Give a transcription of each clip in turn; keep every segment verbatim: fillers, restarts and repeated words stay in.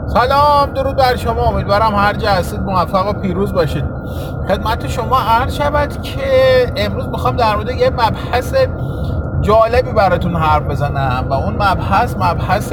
سلام، درود بر شما. امیدوارم هر جا هستید موفق و پیروز باشید. خدمت شما عرض شود که امروز میخوام در مورد یه مبحث جالبی براتون حرف بزنم و اون مبحث مبحث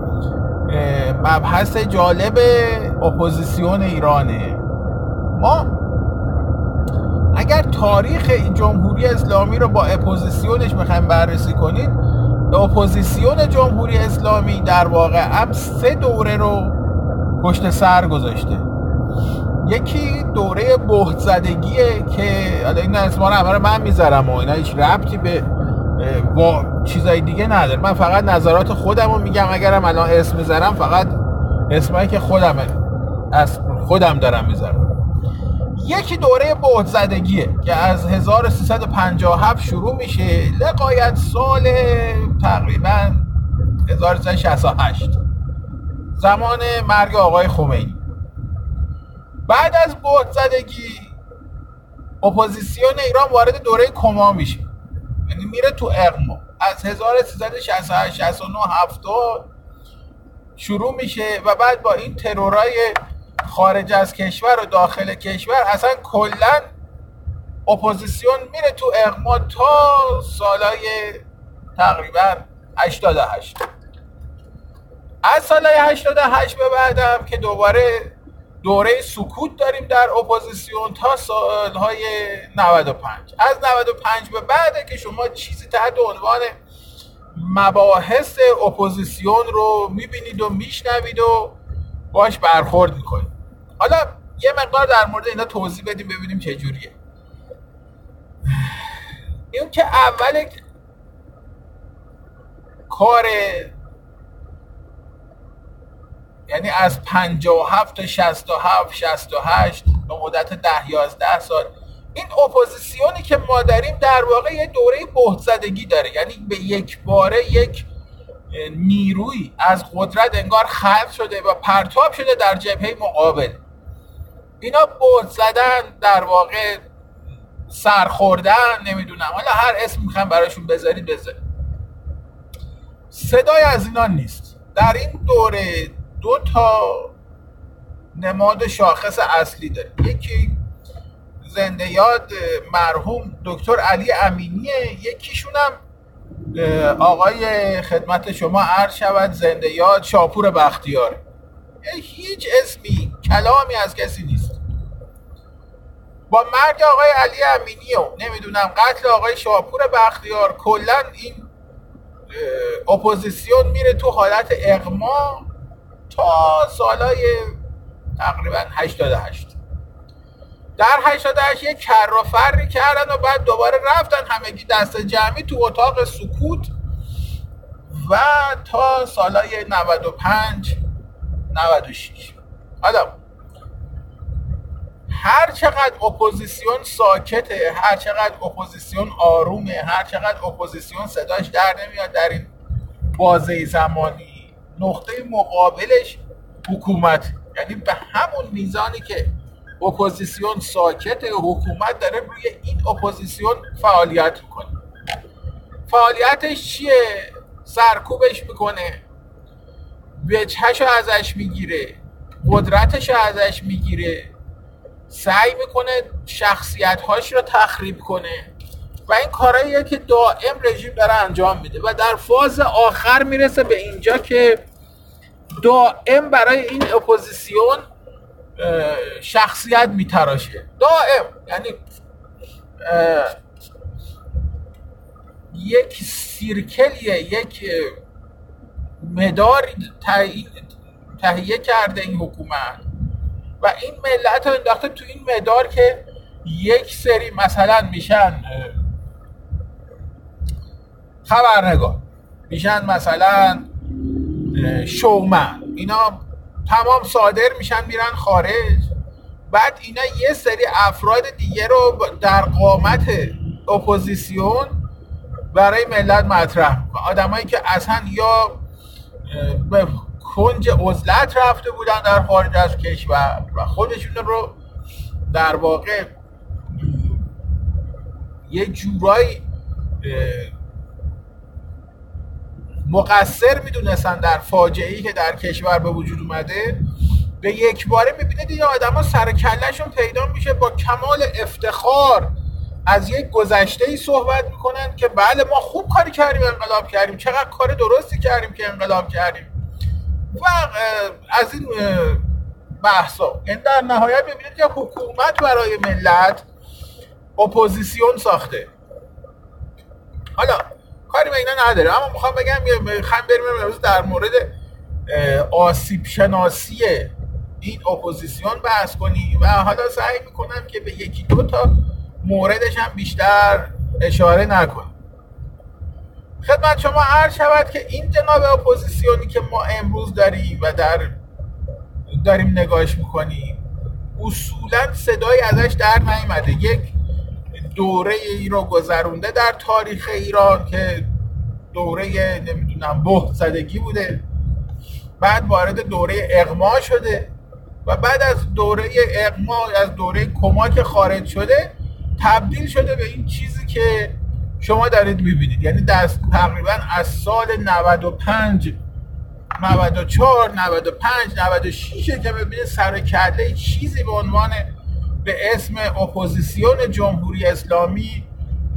مبحث جالب اپوزیسیون ایرانه. ما اگر تاریخ جمهوری اسلامی رو با اپوزیسیونش میخوایم بررسی کنید، اپوزیسیون جمهوری اسلامی در واقع هم سه دوره رو پشت سر گذاشته. یکی دوره بهت زدگیه که حالا این اسما رو همه من میذارم و اینا هیچ ربطی به با چیزای دیگه نداره. من فقط نظرات خودم رو میگم. اگرم الان اسم میذارم فقط اسمایی که خودمه از خودم دارم میذارم. یکی دوره بهت زدگیه که از هزار و سیصد و پنجاه و هفت شروع میشه لغایت سال تقریبا هزار و سیصد و شصت و هشت، زمان مرگ آقای خمینی. بعد از بهت زدگی اپوزیسیون ایران وارد دوره کما میشه، یعنی میره تو اقما. از هزار و سیصد و شصت و هشت شصت و نه هفتاد شروع میشه و بعد با این ترورای خارج از کشور و داخل کشور اصلا کلا اپوزیسیون میره تو اقما تا سالای تقریبا هشتاد و هشت. از سالای هشتاد و هشت به بعدم که دوباره دوره سکوت داریم در اپوزیسیون تا سالهای نود و پنج. از نود و پنج به بعده که شما چیزی تحت عنوان مباحث اپوزیسیون رو میبینید و میشنوید و باش برخورد میکنید. حالا یه مقدار در مورد اینا توضیح بدیم ببینیم چه جوریه. این که اول کار، یعنی از پنجاه و هفت تا شصت و هفت شصت و هشت به مدت ده یازده سال، این اپوزیسیونی که ما داریم در واقع یه دوره بهت زدگی داره. یعنی به یک باره یک نیروی از قدرت انگار خلق شده و پرتاب شده در جبهه مقابل. اینا بهت زدن، در واقع سرخوردن، نمیدونم حالا هر اسم میخوام براشون بذارید بذارید. صدای از اینا نیست. در این دوره دو تا نماد شاخص اصلی داره. یکی زنده یاد مرحوم دکتر علی امینیه، یکیشون هم آقای خدمت شما عرض شود زنده یاد شاپور بختیار. هیچ اسمی کلامی از کسی نیست. با مرگ آقای علی امینی و نمیدونم قتل آقای شاپور بختیار کلا این اپوزیسیون میره تو حالت اغما تا سالای تقریبا هشتاد و هشت. در هشتاد و هشت یک کر و فری کردن و بعد دوباره رفتن همگی دست جمعی تو اتاق سکوت و تا سالای نود و پنج نود و شش. حالا هر چقدر اپوزیسیون ساکته، هر چقدر اپوزیسیون آرومه، هر چقدر اپوزیسیون صداش در نمیاد در این بازه زمانی، نقطه مقابلش حکومت. یعنی به همون میزانی که اپوزیسیون ساکته، حکومت داره روی این اپوزیسیون فعالیت میکنه. فعالیتش چیه؟ سرکوبش میکنه، وجهشو ازش میگیره، قدرتشو ازش میگیره، سعی میکنه شخصیت‌هاش رو تخریب کنه و این کارهاییه که دائم رژیم داره انجام میده و در فاز آخر میرسه به اینجا که دائم برای این اپوزیسیون شخصیت میتراشه. دائم، یعنی یک سیرکلیه، یک مداری تهیه کرده این حکومت و این ملت رو انداخته تو این مدار که یک سری مثلا میشن خبرنگار، میشن مثلا شومن، اینا تمام صادر میشن میرن خارج. بعد اینا یه سری افراد دیگه رو در قامت اپوزیسیون برای ملت مطرح میکنن. آدمایی که اصلا یا به کنج عزلت رفته بودن در خارج از کشور و خودشون رو در واقع یه جورایی مقصر میدونستن در فاجعه‌ای که در کشور به وجود اومده، به یک باره میبینید این آدما سر کلهشون پیدا میشه با کمال افتخار از یک گذشته‌ای صحبت میکنن که بله ما خوب کاری کردیم انقلاب کردیم، چقدر کار درستی کردیم که انقلاب کردیم و از این بحثا. این در نهایت میبینید که حکومت برای ملت اپوزیسیون ساخته. حالا کاری به اینا نداره، اما میخوام بگم میخوام بریم امروز در مورد آسیب شناسی این اپوزیسیون بحث کنیم و حالا سعی میکنم که به یکی دو تا موردش هم بیشتر اشاره نکنم. خدمت شما عرض شود که این جناب اپوزیسیونی که ما امروز داریم و در داریم نگاهش میکنیم اصولا صدایی ازش در نیامده. یک دوره ای رو گذرونده در تاریخ ایران که دوره نمیدونم بهت زدگی بوده، بعد وارد دوره اغما شده و بعد از دوره اغما از دوره کما که خارج شده تبدیل شده به این چیزی که شما دارید میبینید. یعنی در تقریبا از سال نود و پنج نود و چهار نود و پنج نود و شش که ببینید سر کله چیزی به عنوان به اسم اپوزیسیون جمهوری اسلامی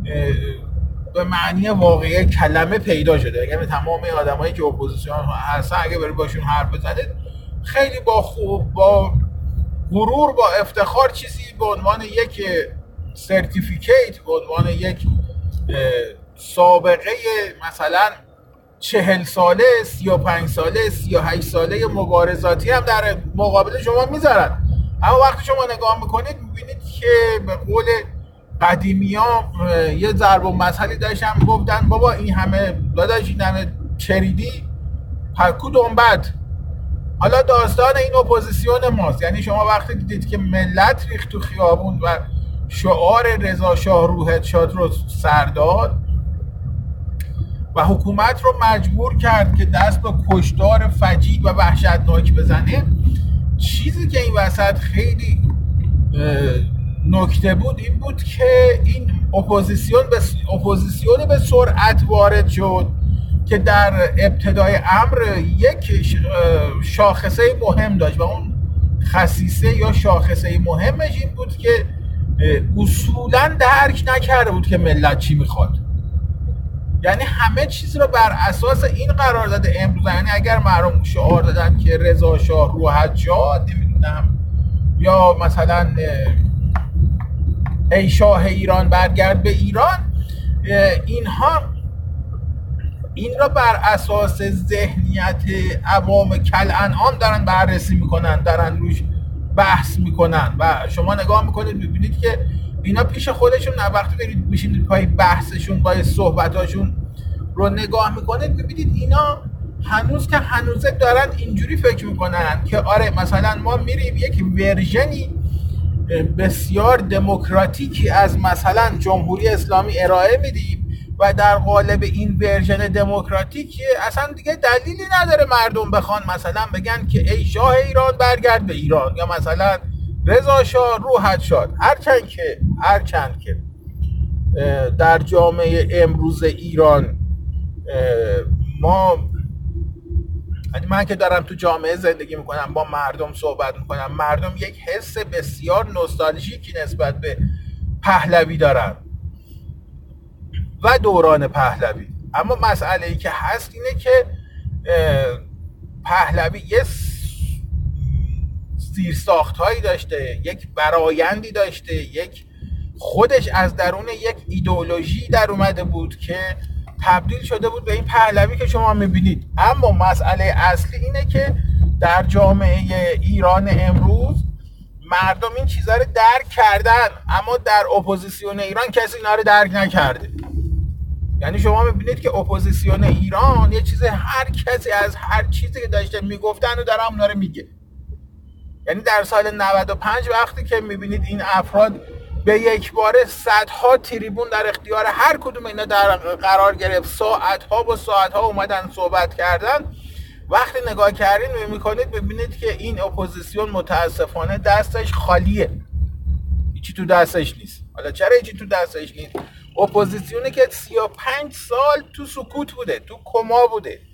به معنی واقعی کلمه پیدا شده. یعنی تمام این آدمایی که اپوزیسیون هستن اگه برید باشون حرف بزنید خیلی با خوب با غرور با افتخار چیزی به عنوان یک سرتیفیکیت، به عنوان یک سابقه مثلا چهل ساله، سی و پنج ساله، سی و هشت ساله مبارزاتی هم در مقابل شما میذارن. اما وقتی شما نگاه میکنید میبینید که به قول قدیمی ها یه ضرب المثلی داشتن گفتن بابا این همه داداش این همه چریدی پرکو دنبت. حالا داستان این اپوزیسیون ماست. یعنی شما وقتی دیدید که ملت ریخت تو خیابون و شعار رضا شاه روحت شاد رو سر داد و حکومت رو مجبور کرد که دست به کشتار فجیع و وحشتناک بزنه، چیزی که این وسط خیلی نکته بود این بود که این اپوزیسیون به اپوزیسیونی به سرعت وارد شد که در ابتدای امر یک شاخصه مهم داشت و اون خصیصه یا شاخصه مهمش این بود که اصولاً درک نکرده بود که ملت چی میخواد. یعنی همه چیز رو بر اساس این قرار داده امروز. یعنی اگر مردم شعار دادن که رضا شاه روحت شاد نمیدونم یا مثلا ای شاه ایران برگرد به ایران، اینها این را بر اساس ذهنیت عوام کالانعام دارن بررسی میکنن، دارن روش بحث میکنن و شما نگاه میکنید میبینید که اینا پیش خودشون وقتی برید میشینید پای بحثشون پای صحبتاشون رو نگاه میکنید میبینید اینا هنوز که هنوزه دارن اینجوری فکر میکنن که آره مثلا ما میریم یک ورژنی بسیار دموکراتیکی از مثلا جمهوری اسلامی ارائه میدیم و در قالب این ورژن دموکراتیک اصلا دیگه دلیلی نداره مردم بخوان مثلا بگن که ای شاه ایران برگرد به ایران یا مثلا رضا شاه روحت شاد. هرچند که هرچند که در جامعه امروز ایران ما، من که دارم تو جامعه زندگی میکنم با مردم صحبت میکنم، مردم یک حس بسیار نوستالژیکی نسبت به پهلوی دارن و دوران پهلوی. اما مسئله ای که هست اینه که پهلوی یه زیرساخت هایی داشته، یک برایندی داشته، یک خودش از درون یک ایدئولوژی در اومده بود که تبدیل شده بود به این پهلوی که شما میبینید. اما مسئله اصلی اینه که در جامعه ایران امروز مردم این چیزها رو درک کردن اما در اپوزیسیون ایران کسی اینا رو درک نکرده. یعنی شما میبینید که اپوزیسیون ایران یه چیز هر کسی از هر چیزی که داشته میگفتن و داره اونا رو میگه. یعنی در سال نود و پنج وقتی که میبینید این افراد به یک باره صدها تریبون در اختیار هر کدوم اینا در قرار گرفت، ساعتها و ساعتها اومدن صحبت کردن، وقتی نگاه کردین میکنید ببینید که این اپوزیسیون متاسفانه دستش خالیه، هیچی تو دستش نیست. حالا چرا هیچی تو دستش نیست؟ اپوزیسیونی که سی و پنج سال تو سکوت بوده، تو کما بوده،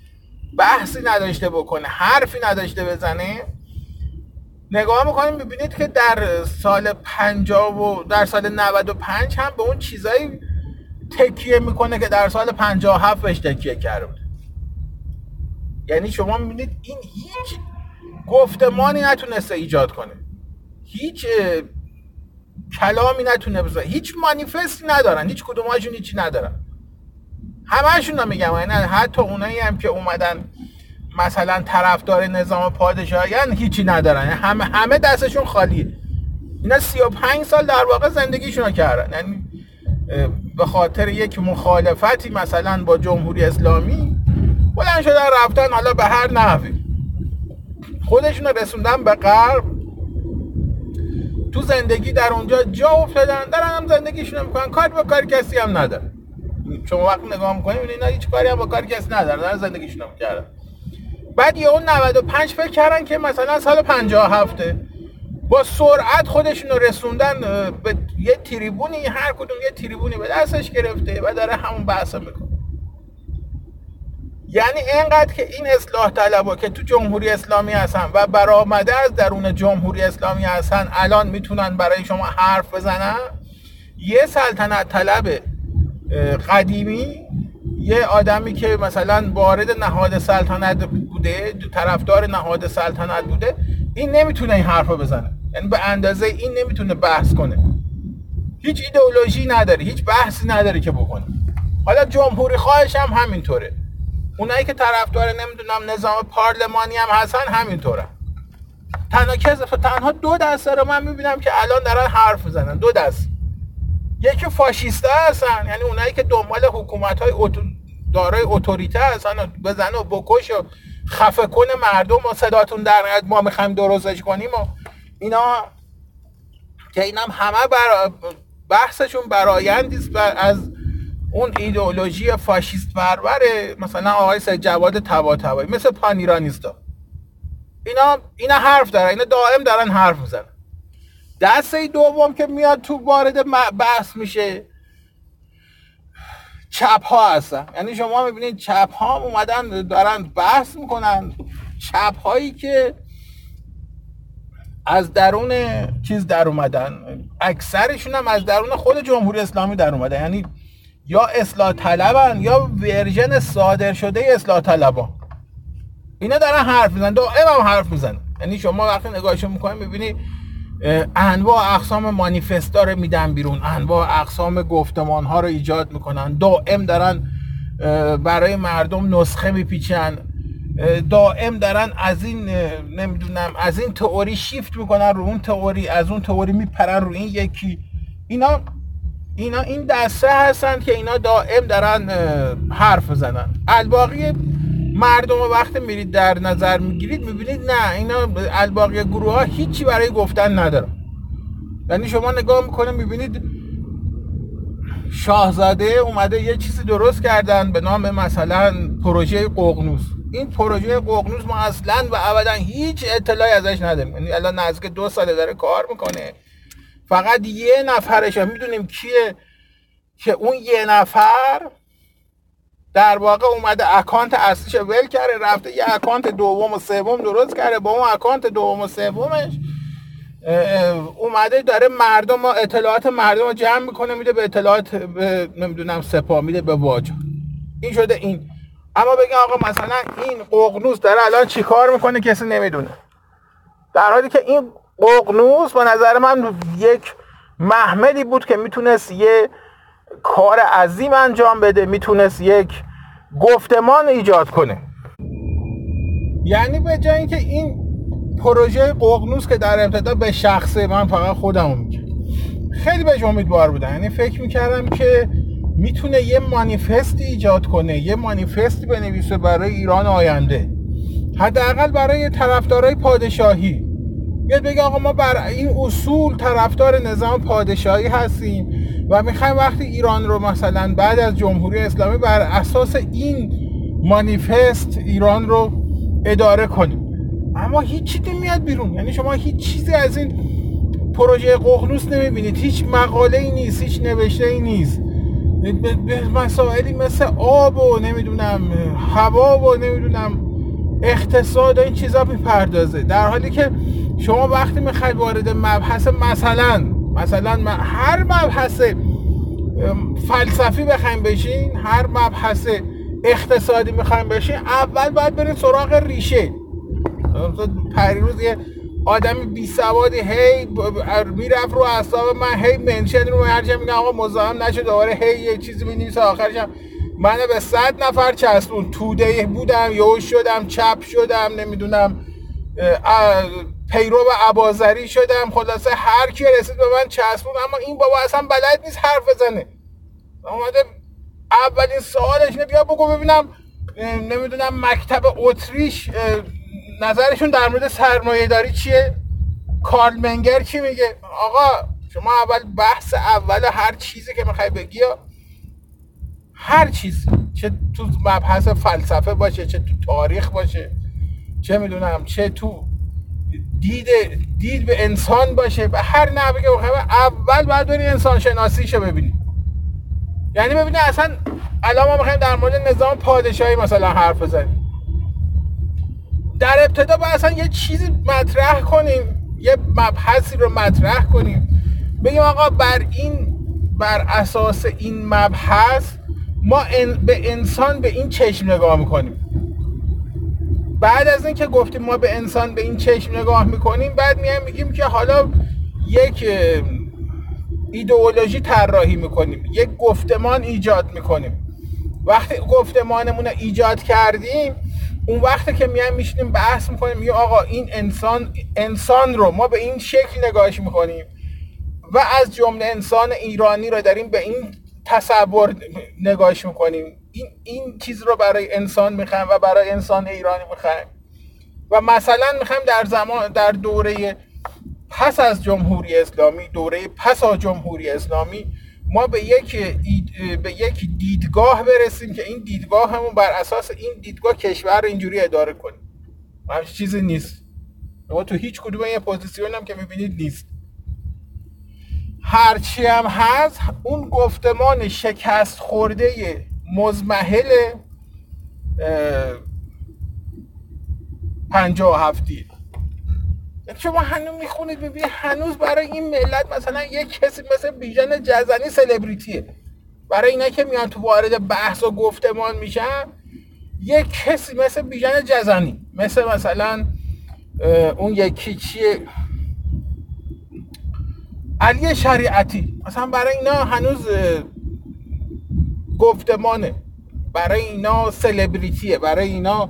بحثی نداشته بکنه، حرفی نداشته بزنه، نگاه میکنیم ببینید که در سال پنجاه و در سال نود و پنج هم به اون چیزایی تکیه میکنه که در سال پنجاه و هفت بهش تکیه کرده بود. یعنی شما میبینید این هیچ گفتمانی نتونسته ایجاد کنه، هیچ کلامی نتونه بزنه، هیچ مانیفستی ندارن، هیچ کدوماشون هیچی ندارن. همه‌شون رو میگم، یعنی حتی اونایی هم که اومدن مثلا طرفدار نظام پادشاهیان هیچی ندارن، یعنی همه همه دستشون خالیه. اینا سی و پنج سال در واقع زندگیشون رو کردن، یعنی به خاطر یک مخالفتی مثلا با جمهوری اسلامی بلند شدن رفتن، حالا به هر نحوی خودشون رو رسوندن به غرب، تو زندگی در اونجا جا افتادن، دارن هم زندگیشون رو میکنن، کاری با کار کسی هم ندارن. شما وقت نگاه میکنید اینا هیچ کاری هم با کار کسی ندارن، دارن زندگیشون رو میکردن. بعد یه اون نود و پنج فکر کردن که مثلا سال پنجاه و هفت با سرعت خودشون رو رسوندن به یه تریبونی، هر کدوم یه تریبونی به دستش گرفته و داره همون بحث میکنه. یعنی اینقدر که این اصلاح طلبا که تو جمهوری اسلامی هستن و برآمده از درون جمهوری اسلامی هستن الان میتونن برای شما حرف بزنن، یه سلطنت طلب قدیمی، یه آدمی که مثلا وارد نهاد سلطنت بوده، طرفدار نهاد سلطنت بوده، این نمیتونه این حرفو بزنه، یعنی به اندازه این نمیتونه بحث کنه، هیچ ایدئولوژی نداره، هیچ بحثی نداره که بکنه. حالا جمهوری خواهش هم همینطوره، اونایی که طرفدار نمیدونم نظام پارلمانی هم هستن همینطوره. تنها کس تنها دو دسته رو من میبینم که الان دارن حرف میزنن، دو دست، یکی فاشیستا هستن، یعنی اونایی که دنبال حکومت‌های اتو... دارای اتوریته هستن، بزنه و بکش و خفه کنه مردم و صداتون در نیاد ما میخوایم درستش کنیم و اینا، که اینم همه بر... بحثشون برآیندی است از اون ایدئولوژی فاشیست پروره، مثلا آقای سید جواد طباطبایی، مثل پانیرانیستا، اینا اینا حرف دارن، اینا دائم دارن حرف میزنن. دسته دوم که میاد تو وارد بحث میشه چپ ها هستن، یعنی شما میبینید چپ ها اومدن دارن بحث میکنن، چپ هایی که از درون چیز در اومدن، اکثرشون هم از درون خود جمهوری اسلامی در اومدن، یعنی یا اصلاح طلبن یا ورژن صادر شده اصلاح طلبان. اینا دارن حرف میزنن، دائم هم حرف میزنن. یعنی شما وقتی نگاهشو میکنید میبینی انواع اقسام مانیفستا رو میدن بیرون، انواع اقسام گفتمان ها رو ایجاد میکنن، دائم دارن برای مردم نسخه میپیچن، دائم دارن از این نمیدونم از این تئوری شیفت میکنن رو اون تئوری، از اون تئوری میپرن رو این یکی. اینا اینا این دسته هستن که اینا دائم دارن حرف بزنن. الباقی مردم رو وقتی میرید در نظر میگیرید میبینید نه، اینا الباقی گروه ها هیچی برای گفتن ندارن. یعنی شما نگاه میکنه میبینید شاهزاده اومده یه چیزی درست کردن به نام مثلا پروژه ققنوس. این پروژه ققنوس ما اصلا و ابدا هیچ اطلاعی ازش نداریم، یعنی الان نزدیک دو ساله داره کار میکنه، فقط یه نفرش هم میدونیم کیه، که اون یه نفر در واقع اومده اکانت اصلیش ول کرده، رفته یه اکانت دوم و سوم درست کرده، با اون اکانت دوم و سومش اومده داره مردم اطلاعات مردم رو جمع میکنه، میده به اطلاعات به نمیدونم سپاه، میده به واجه. این شده این. اما بگین آقا مثلا این ققنوس داره الان چی کار میکنه کسی نمیدونه، در حالی که این ققنوس به نظر من یک محملی بود که میتونست یه کار عظیم انجام بده، میتونست یک گفتمان ایجاد کنه. یعنی به جای اینکه این پروژه ققنوس که در ابتدا به شخصه من فقط خودمو میگم خیلی بهش امیدوار بودم، یعنی فکر میکردم که میتونه یه مانیفستی ایجاد کنه، یه مانیفستی بنویسه برای ایران آینده، حداقل برای طرفدارای پادشاهی، بیاد بگه آقا ما بر این اصول طرفدار نظام پادشاهی هستیم و میخوایم وقتی ایران رو مثلا بعد از جمهوری اسلامی بر اساس این مانیفست ایران رو اداره کنیم. اما هیچ چیزی نمیاد بیرون، یعنی شما هیچ چیزی از این پروژه ققنوس نمیبینید، هیچ مقاله‌ای نیست، هیچ نوشته‌ای نیست، مسائلی مثل آب و نمیدونم هوا و نمیدونم اقتصاد و این چیزا میپردازه، در حالی که شما وقتی میخواید وارد مبحث مثلا مثلا هر مبحث فلسفی بخوایم بشین، هر مبحث اقتصادی میخوایم بشین، اول باید برید سراغ ریشه. پریروز یه آدم بی سوادی هی میرفت رو اعصاب من، هی منشن رو هر جا میگم آقا مزاحم نشه، دوباره هی یه چیزی می‌نویسه، آخرش هم من به صد نفر چسبون، توده بودم یهو شدم چپ شدم، نمیدونم پیرو اباظری شدم، خلاصه هر کی رسید به من چسبون. اما این بابا اصلا بلد نیست حرف بزنه. اومده اولین سوالش اینه بیا بگو ببینم نمیدونم مکتب اتریش نظرشون در مورد سرمایه داری چیه؟ کارل منگر چی میگه؟ آقا شما اول بحث اول هر چیزی که میخوای بگی، هر چیز، چه تو مبحث فلسفه باشه، چه تو تاریخ باشه، چه میدونم چه تو دید دید به انسان باشه، به هر نحوی که بخوای اول باید بری انسان شناسیشو ببینی. یعنی ببینی اصلا الان ما میخوایم در مورد نظام پادشاهی مثلا حرف بزنیم، در ابتدا باید اصلا یه چیزی مطرح کنیم، یه مبحثی رو مطرح کنیم، بگیم آقا بر این بر اساس این مبحث ما ان به انسان به این چشم نگاه میکنیم. بعد از این که گفتیم ما به انسان به این چشم نگاه میکنیم، بعد میایم میگیم که حالا یک ایدئولوژی طراحی میکنیم، یک گفتمان ایجاد میکنیم. وقتی گفتمانمون رو ایجاد کردیم، اون وقتی که میایم میشینیم بحث میکنیم، میگه آقا این انسان انسان رو ما به این شکل نگاهش میکنیم و از جمله انسان ایرانی رو داریم به این تصور نگاهش میکنیم، این این چیز رو برای انسان میخوایم و برای انسان ایرانی میخوایم. و مثلا میخوایم در زمان در دوره پس از جمهوری اسلامی، دوره پس از جمهوری اسلامی ما به یک به یک دیدگاه برسیم که این دیدگاه همون بر اساس این دیدگاه کشور رو اینجوری اداره کنیم. همچین چیزی نیست. ما تو هیچ کدوم این پوزیشن هم که میبینید نیست. هرچی هم هست اون گفتمان شکست خورده مزمحل پنجاه و هفتی. شما هنوز میخونید ببینید هنوز برای این ملت مثلا یک کسی مثل بیژن جزنی سلبریتیه. برای اینا که میان تو وارد بحث و گفتمان میشن، یک کسی مثل بیژن جزنی، مثل مثلا اون یکی چیه علی شریعتی، مثلا برای اینا هنوز گفتمانه، برای اینا سلبریتیه، برای اینا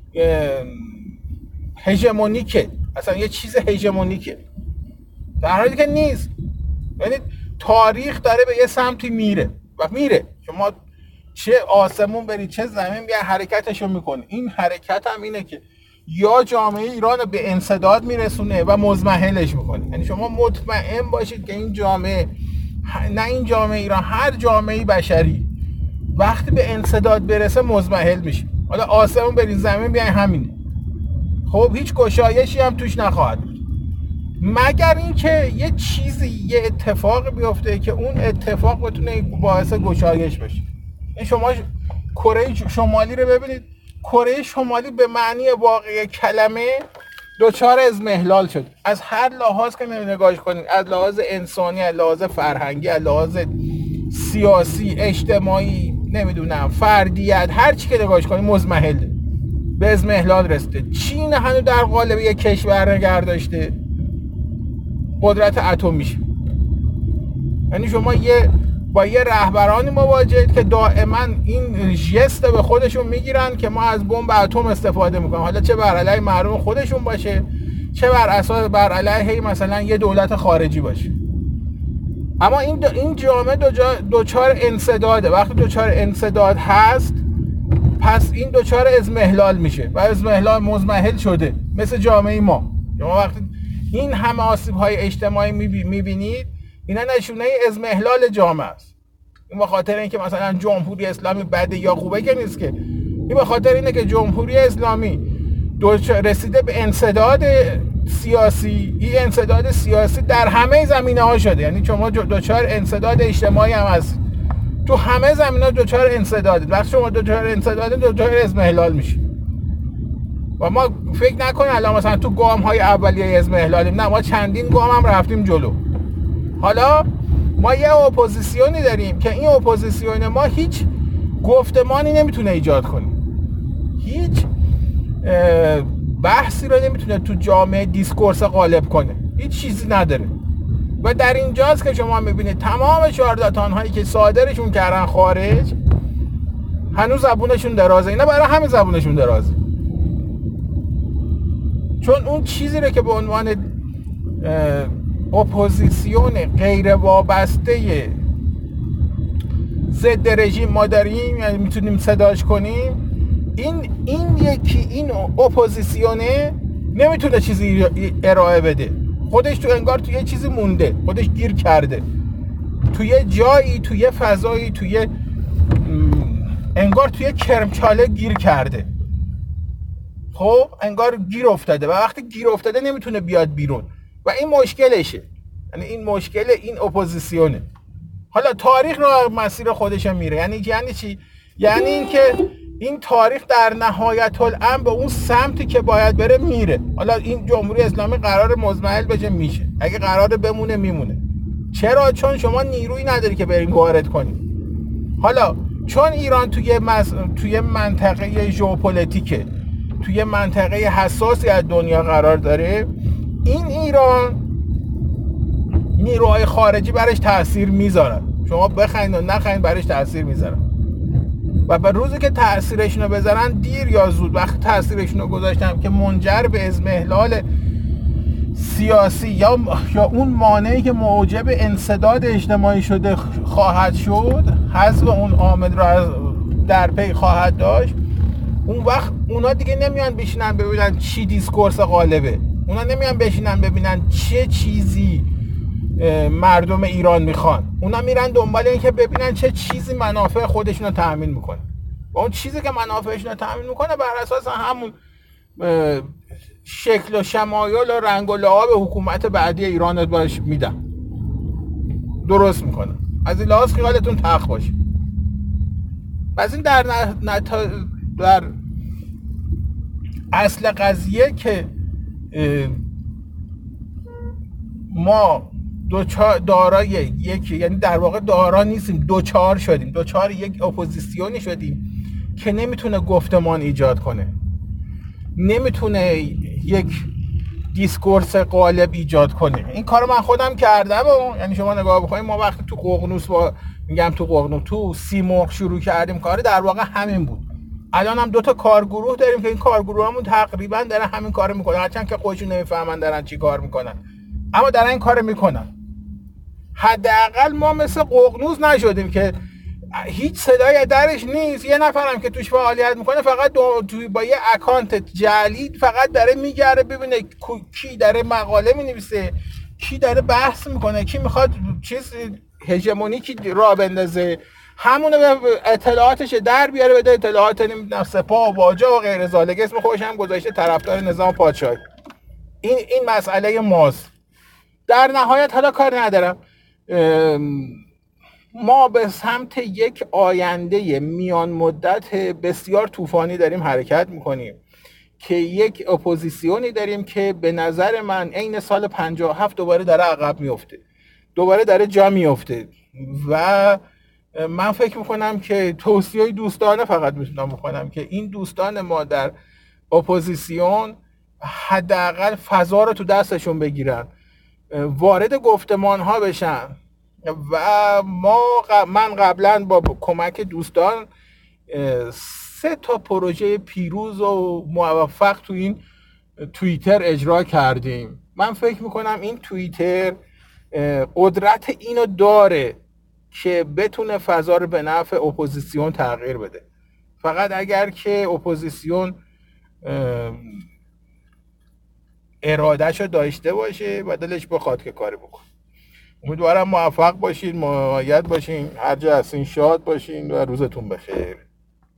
هژمونیکه، اصلا یه چیز هژمونیکه، در حالی که نیست. یعنی تاریخ داره به یه سمتی میره و میره، شما چه آسمون برید چه زمین بیا حرکتشو میکنه. این حرکت هم اینه که یا جامعه ایران به انسداد میرسونه و مزمحلش میکنه. یعنی شما مطمئن باشید که این جامعه، نه این جامعه ایران، هر جامعه بشری وقتی به انسداد برسه مزمحل میشه. حالا آسمون برید زمین بیاین همینه. خب هیچ گشایشی هم توش نخواهد بود، مگر اینکه یه چیزی، یه اتفاق بیفته که اون اتفاق بتونه باعث گشایش بشه. این شما کره شمالی رو ببینید، کره شمالی به معنی واقعی کلمه دوچار اضمحلال شد. از هر لحاظ که نگاهش کنید، از لحاظ انسانی، از لحاظ فرهنگی، از لحاظ سیاسی، اجتماعی، نمیدونم فردیت، هر چی که نگاهش کنید مضمحله، به اضمحلال رسیده. چین هنوز در قالب یک کشور نگه داشته، قدرت اتمیشه. یعنی شما یه با یه رهبرانی مواجهید که دائما این ژست به خودشون میگیرن که ما از بمب اتم استفاده میکنیم، حالا چه بر علیه مردم خودشون باشه، چه بر اساس بر علیه مثلا یه دولت خارجی باشه. اما این این جامعه دوچار انسداده. وقتی دوچار انسداد هست، پس این دوچار اضمحلال میشه و اضمحلال مضمحل شده، مثل جامعه ما. شما وقتی این همه آسیب‌های اجتماعی میبینید، اینا نشونه اضمحلال جامعه است. این به خاطر اینکه مثلا جمهوری اسلامی بده یا خوبه که نیست، که این به خاطر اینه که جمهوری اسلامی رسیده به انسداد سیاسی. این انسداد سیاسی در همه زمینه‌ها شده. یعنی شما دوچار انسداد اجتماعی هم هست، تو همه زمینه‌ها دوچار انسداد. وقتی شما دوچار انسداد، دوچار اضمحلال میشه. و ما فکر نکنیم الان مثلا تو گام های اولیه اضمحلالیم، نه، ما چندین گام هم رفتیم جلو. حالا ما یه اپوزیسیونی داریم که این اپوزیسیون ما هیچ گفتمانی نمیتونه ایجاد کنه، هیچ بحثی رو نمیتونه تو جامعه دیسکورس غالب کنه، هیچ چیزی نداره. و در اینجاست که شما میبینید تمام شارداتان هایی که صادرشون کردن خارج هنوز زبونشون درازه. اینا برای همین زبونشون درازه، چون اون چیزی رو که به عنوان اپوزیسیون غیر وابسته ضد رژیم ما داریم، یعنی میتونیم صداش کنیم، این این یکی این اپوزیسیونه نمیتونه چیزی ارائه بده. خودش تو انگار توی یه چیزی مونده، خودش گیر کرده توی یه جایی، توی یه فضایی، توی انگار توی کرمچاله گیر کرده. خب انگار گیر افتاده و وقتی گیر افتاده نمیتونه بیاد بیرون و این مشکلشه. یعنی این مشکل این اپوزیسیونه. حالا تاریخ رو مسیر خودش میره. یعنی یعنی چی؟ یعنی اینکه این تاریخ در نهایت الامر به اون سمتی که باید بره میره. حالا این جمهوری اسلامی قرار مزمحل بشه، میشه. اگه قرار بمونه میمونه. چرا؟ چون شما نیرویی نداری که بریم وارد کنیم. حالا چون ایران توی مز... توی منطقه ژئوپلیتیکه، توی منطقه حساسی از دنیا قرار داره، این ایران نیروهای خارجی برش تاثیر میذارن. شما بخواید و نخواید برش تاثیر میذارن و به روزی که تاثیرشون رو بذارن دیر یا زود، وقت تاثیرشون رو گذاشتن که منجر به اضمحلال سیاسی یا یا اون مانعی که موجب انسداد اجتماعی شده خواهد شد، حذف اون عامل رو در پی خواهد داشت، اون وقت اونا دیگه نمیان بشینن ببینن چی دیسکورس غالبه، اونا نمیان بشینن ببینن چه چیزی مردم ایران میخوان، اونا میرن دنبال این که ببینن چه چیزی منافع خودشون رو تأمین میکنه و اون چیزی که منافعشون رو تأمین میکنه بر اساس همون شکل و شمایل و رنگ و لعاب حکومت بعدی ایران باش میدن، درست میکنه. از این لحاظ خیالتون تخت باشه. از این در نتا... در اصل قضیه که ما دوچار دارای یک، یعنی در واقع دارا نیستیم، دوچار شدیم، دوچار یک اپوزیسیونی شدیم که نمیتونه گفتمان ایجاد کنه، نمیتونه یک دیسکورس غالب ایجاد کنه. این کارو من خودم کردم و یعنی شما نگاه بکنید، ما وقتی تو ققنوس با میگم تو ققنوس تو سیمرغ شروع کردیم کار، در واقع همین بود. الان هم دو تا کارگروه داریم که این کارگروهامون تقریبا دارن همین کارو میکنن، هرچند که خودشون نمیفهمن دارن چی کار میکنن، اما دارن این کارو میکنن. حداقل ما مثل ققنوس نشدیم که هیچ صدای درش نیست، یه نفرم که توش فعالیت میکنه فقط توی با یه اکانت جعلی فقط داره میگره ببینه کی داره مقاله مینویسه، کی داره بحث میکنه، کی میخواد چیز هژمونیکی راه بندازه، همونو به اطلاعاتش در بیاره بده، اطلاعات نمیدونم سپاه و باجه و غیر ذالک، اسم خودش هم گذاشته طرفدار نظام پادشاهی. این این مسئله ماست. در نهایت حالا کار ندارم، ما به سمت یک آینده میان مدت بسیار طوفانی داریم حرکت میکنیم که یک اپوزیسیونی داریم که به نظر من عین سال پنجاه و هفت دوباره داره عقب میفته، دوباره داره جا میفته و من فکر میکنم که توصیه دوستانه فقط میتونم بکنم که این دوستان ما در اپوزیسیون حداقل فضا رو تو دستشون بگیرن، وارد گفتمان ها بشن و ما من قبلا با کمک دوستان سه تا پروژه پیروز و موفق تو این توییتر اجرا کردیم. من فکر میکنم این توییتر قدرت اینو داره که بتونه فضا رو به نفع اپوزیسیون تغییر بده، فقط اگر که اپوزیسیون ارادهشو داشته باشه و دلش بخواد که کاری بکنه. امیدوارم موفق باشین، مؤید باشین، هر جا هستین شاد باشین و روزتون بخیر.